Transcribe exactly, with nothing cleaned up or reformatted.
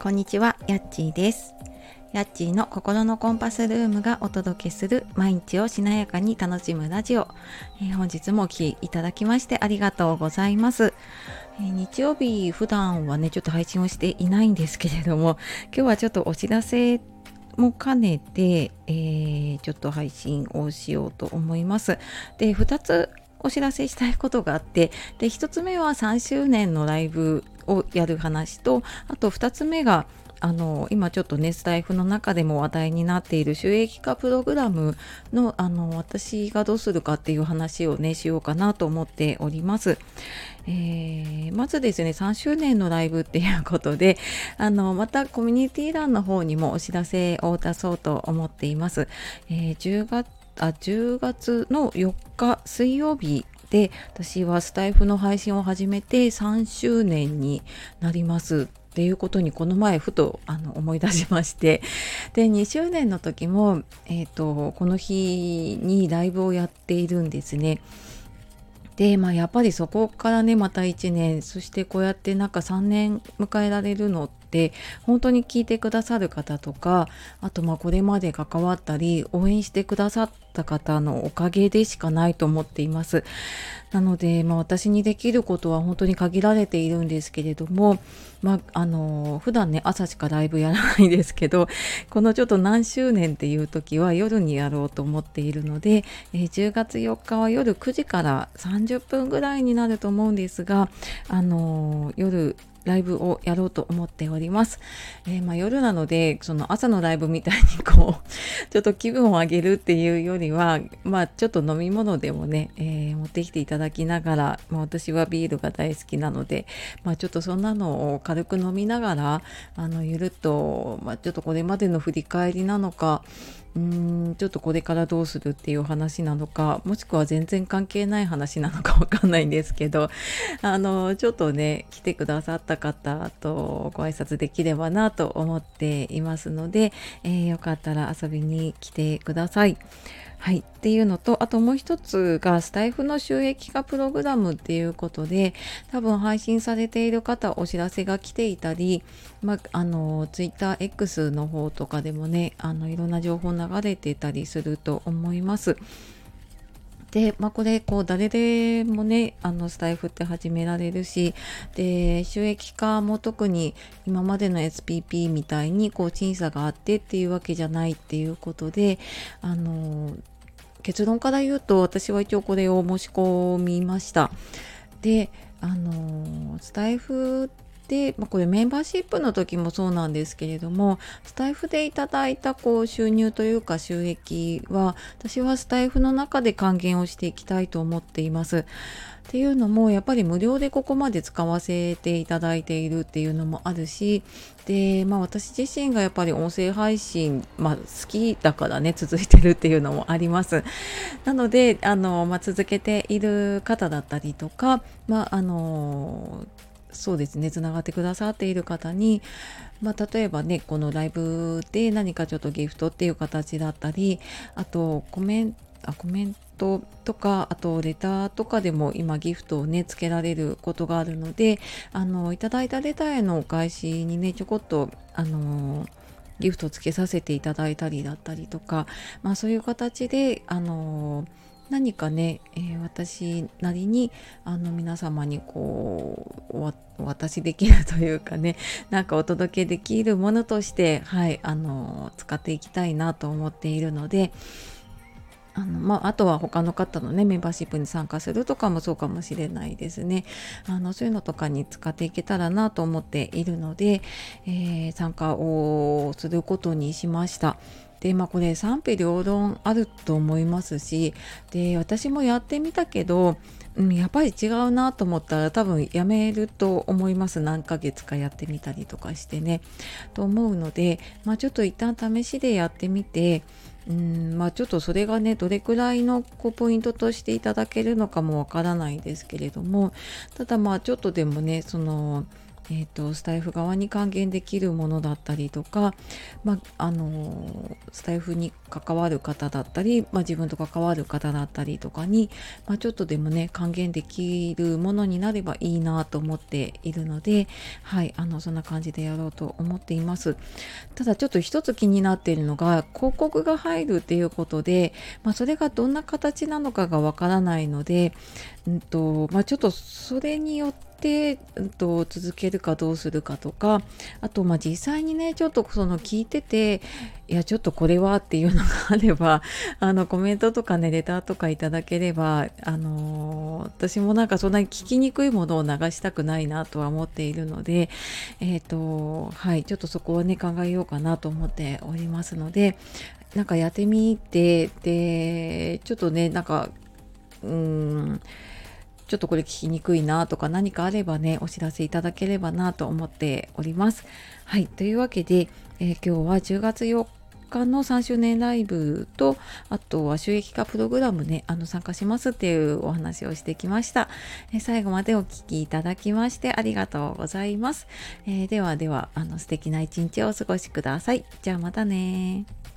こんにちは、やっちーです。やっちーの心のコンパスルームがお届けする毎日をしなやかに楽しむラジオ、えー、本日もお聞きいただきましてありがとうございます。えー、日曜日普段はねちょっと配信をしていないんですけれども、今日はちょっとお知らせも兼ねて、えー、ちょっと配信をしようと思います。で、ふたつお知らせしたいことがあって、でひとつめはさんしゅうねんのライブをやる話と、あとふたつめがあの今ちょっとねスタイフの中でも話題になっている収益化プログラムのあの私がどうするかっていう話をねしようかなと思っております。えー、まずですねさんしゅうねんのライブっていうことで、あのまたコミュニティ欄の方にもお知らせを出そうと思っています。えー、じゅうがつあじゅうがつのよっか水曜日で、私はスタイフの配信を始めてさんしゅうねんになりますっていうことに、この前ふとあの思い出しまして、でにしゅうねんの時も、えーと、この日にライブをやっているんですね。で、まあ、やっぱりそこからねまたいちねん、そしてこうやってなんかさんねん迎えられるのって本当に聞いてくださる方とか、あとまあこれまで関わったり応援してくださった方のおかげでしかないと思っています。なので、まあ、私にできることは本当に限られているんですけれども、まあ、あの普段ね朝しかライブやらないですけど、このちょっと何周年っていう時は夜にやろうと思っているので、えー、じゅうがつよっかは夜くじからさんじゅっぷんぐらいになると思うんですが、あの夜ライブをやろうと思っております。えーまあ、夜なのでその朝のライブみたいにこうちょっと気分を上げるっていうよりは、まあちょっと飲み物でもね、えー持ってきていただきながら、まあ、私はビールが大好きなので、まあちょっとそんなのを軽く飲みながら、あのゆるっと、まあちょっとこれまでの振り返りなのか、うーんちょっとこれからどうするっていう話なのか、もしくは全然関係ない話なのかわかんないんですけど、あのちょっとね来てくださった方とご挨拶できればなと思っていますので、えーよかったら遊びに来てください。はい、っていうのと、あともう一つがスタイフの収益化プログラムっていうことで、多分配信されている方お知らせが来ていたり、まあ、あのツイッター X の方とかでもね、あのいろんな情報流れてたりすると思います。で、まあ、これこう誰でもねあのスタイフって始められるし、で収益化も特に今までの エスピーピー みたいにこう審査があってっていうわけじゃないっていうことで、あの結論から言うと私は一応これを申し込みました。で、あのスタイフで、まあ、これメンバーシップの時もそうなんですけれども、スタイフでいただいたこう収入というか収益は、私はスタイフの中で還元をしていきたいと思っています。っていうのもやっぱり無料でここまで使わせていただいているっていうのもあるし、で、まあ、私自身がやっぱり音声配信、まあ、好きだからね続いてるっていうのもあります。なのであの、まあ、続けている方だったりとか、まああのそうですね、つながってくださっている方に、まあ、例えばねこのライブで何かちょっとギフトっていう形だったり、あとコメンあコメントとか、あとレターとかでも今ギフトをねつけられることがあるので、あのいただいたレターへのお返しにねちょこっとあのギフトつけさせていただいたりだったりとか、まあ、そういう形であの何かね、えー私なりにあの皆様にこうおお渡しできるというかね、なんかお届けできるものとして、はい、あの使っていきたいなと思っているので、あのまあ、あとは他の方のねメンバーシップに参加するとかもそうかもしれないですね。あのそういうのとかに使っていけたらなと思っているので、えー参加をすることにしました。で、まあこれ賛否両論あると思いますし、で私もやってみたけど、うん、やっぱり違うなと思ったら多分やめると思います。何ヶ月かやってみたりとかしてねと思うので、まあちょっと一旦試しでやってみて、うんまあ、ちょっとそれがねどれくらいのこうポイントとしていただけるのかもわからないですけれども、ただまあちょっとでもねそのえーと、スタイフ側に還元できるものだったりとか、まあ、あのスタイフに関わる方だったり、まあ、自分と関わる方だったりとかに、まあ、ちょっとでもね還元できるものになればいいなと思っているので、はい、あのそんな感じでやろうと思っています。ただちょっと一つ気になっているのが、広告が入るっていうことで、まあ、それがどんな形なのかがわからないので、うんとまあ、ちょっとそれによって、うんと、続けるかどうするかとか、あとまあ実際にねちょっとその聞いてて、いやちょっとこれはっていうのがあればあのコメントとかねレターとかいただければ、あのー私もなんかそんなに聞きにくいものを流したくないなとは思っているので、えっとはいちょっとそこはね考えようかなと思っておりますので、なんかやってみて、でちょっとねなんかうーんちょっとこれ聞きにくいなとか何かあればねお知らせいただければなと思っております。はい、というわけで、えー今日はじゅうがつよっかのさんしゅうねんライブと、あとは収益化プログラムねあの参加しますっていうお話をしてきました。えー最後までお聞きいただきましてありがとうございます。えーではではあの素敵な一日をお過ごしください。じゃあまたね。